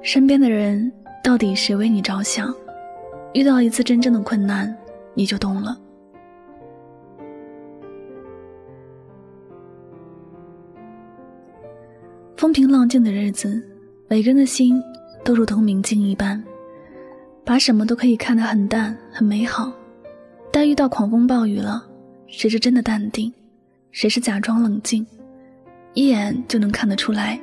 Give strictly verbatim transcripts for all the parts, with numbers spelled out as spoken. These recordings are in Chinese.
身边的人到底谁为你着想？遇到一次真正的困难，你就懂了。风平浪静的日子，每个人的心都如同明镜一般，把什么都可以看得很淡很美好，但遇到狂风暴雨了，谁是真的淡定，谁是假装冷静，一眼就能看得出来。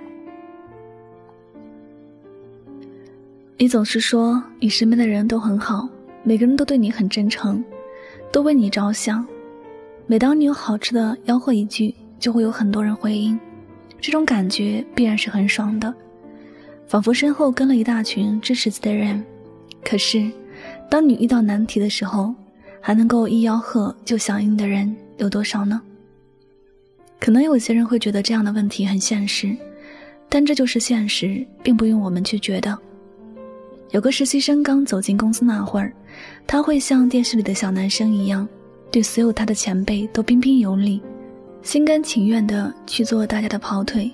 你总是说你身边的人都很好，每个人都对你很真诚，都为你着想。每当你有好吃的吆喝一句，就会有很多人回应，这种感觉必然是很爽的，仿佛身后跟了一大群支持自己的人。可是当你遇到难题的时候，还能够一吆喝就响应的人有多少呢？可能有些人会觉得这样的问题很现实，但这就是现实，并不用我们去觉得。有个实习生刚走进公司那会儿，他会像电视里的小男生一样，对所有他的前辈都彬彬有礼，心甘情愿地去做大家的跑腿。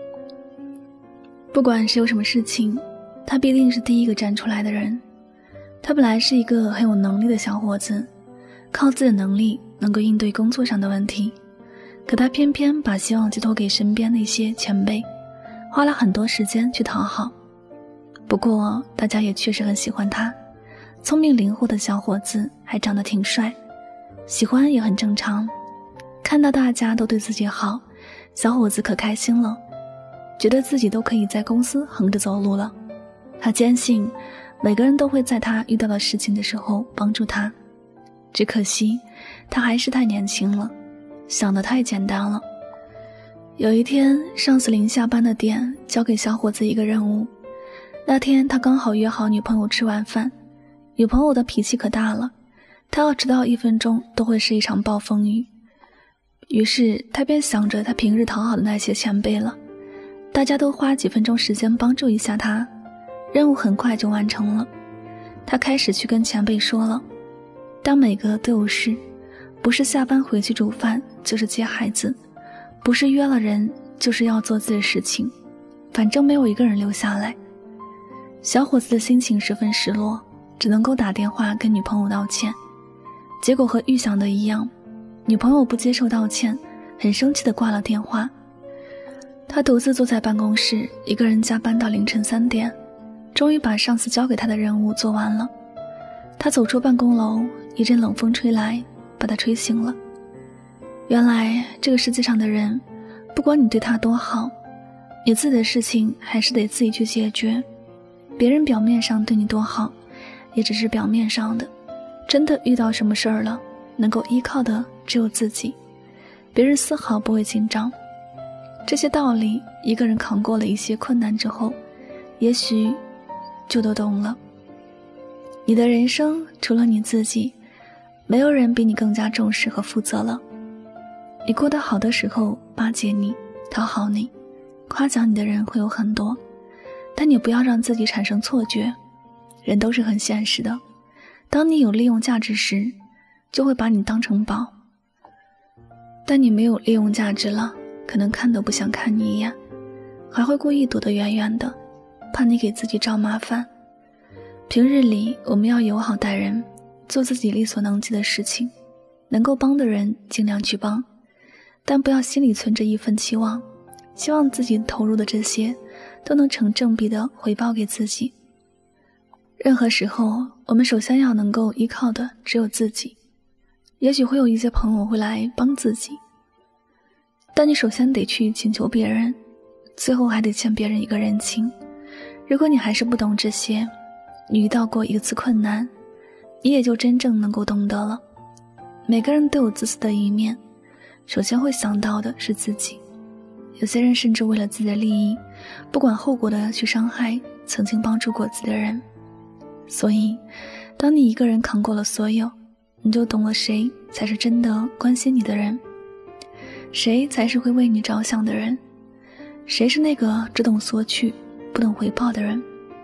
不管是有什么事情，他必定是第一个站出来的人。他本来是一个很有能力的小伙子，靠自己的能力能够应对工作上的问题，可他偏偏把希望寄托给身边那些前辈，花了很多时间去讨好。不过大家也确实很喜欢他，聪明灵活的小伙子，还长得挺帅，喜欢也很正常。看到大家都对自己好，小伙子可开心了，觉得自己都可以在公司横着走路了。他坚信每个人都会在他遇到的事情的时候帮助他，只可惜他还是太年轻了，想得太简单了。有一天，上司临下班的点交给小伙子一个任务，那天他刚好约好女朋友吃晚饭，女朋友的脾气可大了，他要迟到一分钟都会是一场暴风雨。于是他便想着他平日讨好的那些前辈了，大家都花几分钟时间帮助一下他，任务很快就完成了。他开始去跟前辈说了，当每个都有事，不是下班回去煮饭，就是接孩子，不是约了人，就是要做自己的事情，反正没有一个人留下来。小伙子的心情十分失落，只能够打电话跟女朋友道歉。结果和预想的一样，女朋友不接受道歉，很生气地挂了电话。他独自坐在办公室，一个人加班到凌晨三点，终于把上司交给他的任务做完了。他走出办公楼，一阵冷风吹来，把他吹醒了。原来这个世界上的人，不管你对他多好，你自己的事情还是得自己去解决。别人表面上对你多好，也只是表面上的，真的遇到什么事儿了，能够依靠的只有自己，别人丝毫不会紧张。这些道理，一个人扛过了一些困难之后，也许就都懂了。你的人生除了你自己，没有人比你更加重视和负责了。你过得好的时候，巴结你，讨好你，夸奖你的人会有很多，但你不要让自己产生错觉，人都是很现实的，当你有利用价值时，就会把你当成宝，但你没有利用价值了，可能看都不想看你一眼，还会故意躲得远远的，怕你给自己找麻烦。平日里我们要友好待人，做自己力所能及的事情，能够帮的人尽量去帮，但不要心里存着一份期望，希望自己投入的这些都能成正比的回报给自己。任何时候，我们首先要能够依靠的只有自己。也许会有一些朋友会来帮自己，但你首先得去请求别人，最后还得欠别人一个人情。如果你还是不懂这些，你遇到过一次困难，你也就真正能够懂得了。每个人都有自私的一面，首先会想到的是自己。有些人甚至为了自己的利益，不管后果的去伤害曾经帮助过自己的人。所以当你一个人扛过了所有，你就懂了谁才是真的关心你的人，谁才是会为你着想的人，谁是那个只懂索取不懂回报的人。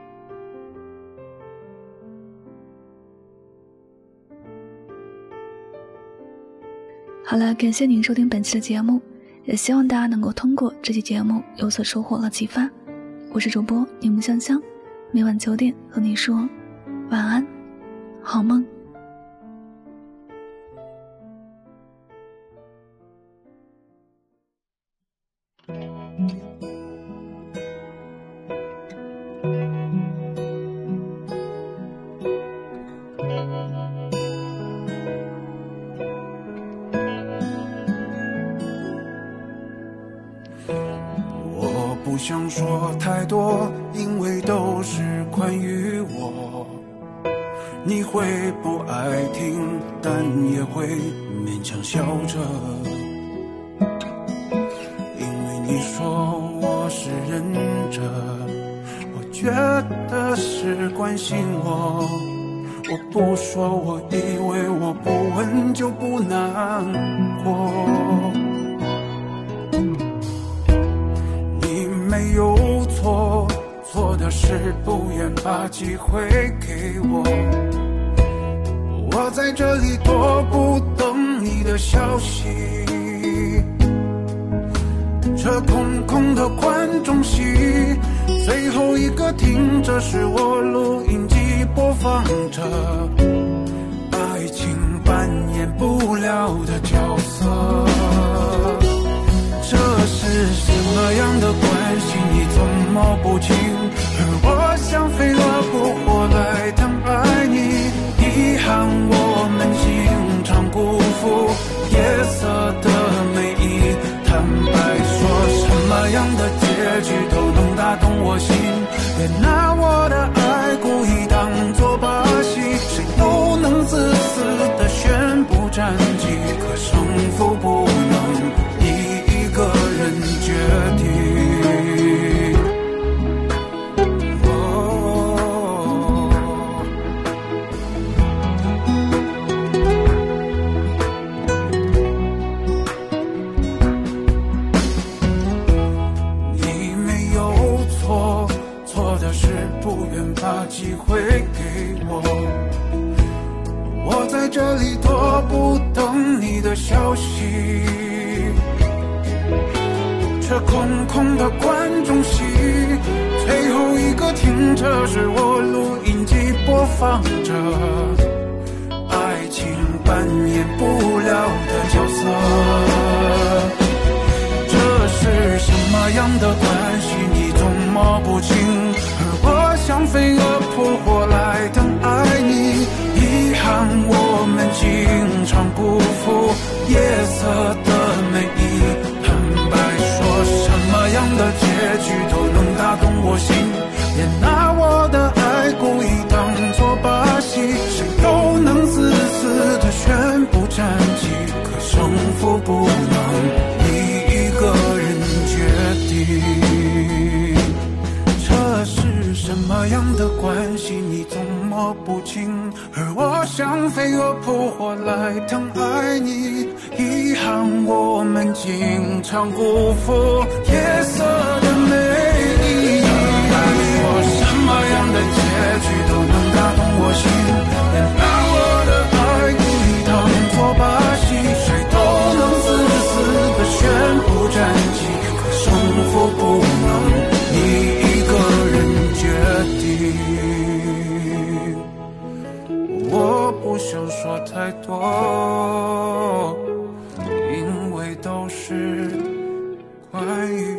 好了，感谢您收听本期的节目，也希望大家能够通过这期节目有所收获和启发。我是主播柠檬香香， 每晚九点和你说晚安，好梦。 我不想说太多，因为都是关于我。你会不爱听，但也会勉强笑着，因为你说我是忍着，我觉得是关心我。我不说，我以为我不问就不难过。你没有错，错的是不愿把机会给我。我在这里踱步等你的消息，这空空的观众席，最后一个听着是我录音机播放着爱情扮演不了的角色。这是什么样的关系，你怎么不清？而我像飞蛾扑火来疼爱你，遗憾我们经常辜负夜色的美意。坦白说，什么样的结局都能打动我心，别拿我的爱故意当作把戏，谁都能自私的宣布战绩，可胜负不能一个人决定。你没有错，错的是不愿把机会给我。我在这里踱步等你的消息，这空空的观众席，最后一个听着是我录音机播放着爱情扮演不了的角色。这是什么样的关系，你怎么不清？而我像飞蛾扑火来疼爱你，遗憾我们经常辜负夜色的美意。什么样的结局都能打动我心，别拿我的爱故意当作把戏，谁都能自私的宣布战绩，可胜负不能一个人决定。这是什么样的关系，你怎么不清？而我像飞蛾扑火来疼爱你，遗憾我们经常辜负夜色的美丽。说什么样的结局都能打动我心，别拿我的爱故意当作把戏，谁都能自私的宣布战绩，可胜负不能你一个人决定。我不想说太多，因为都是关于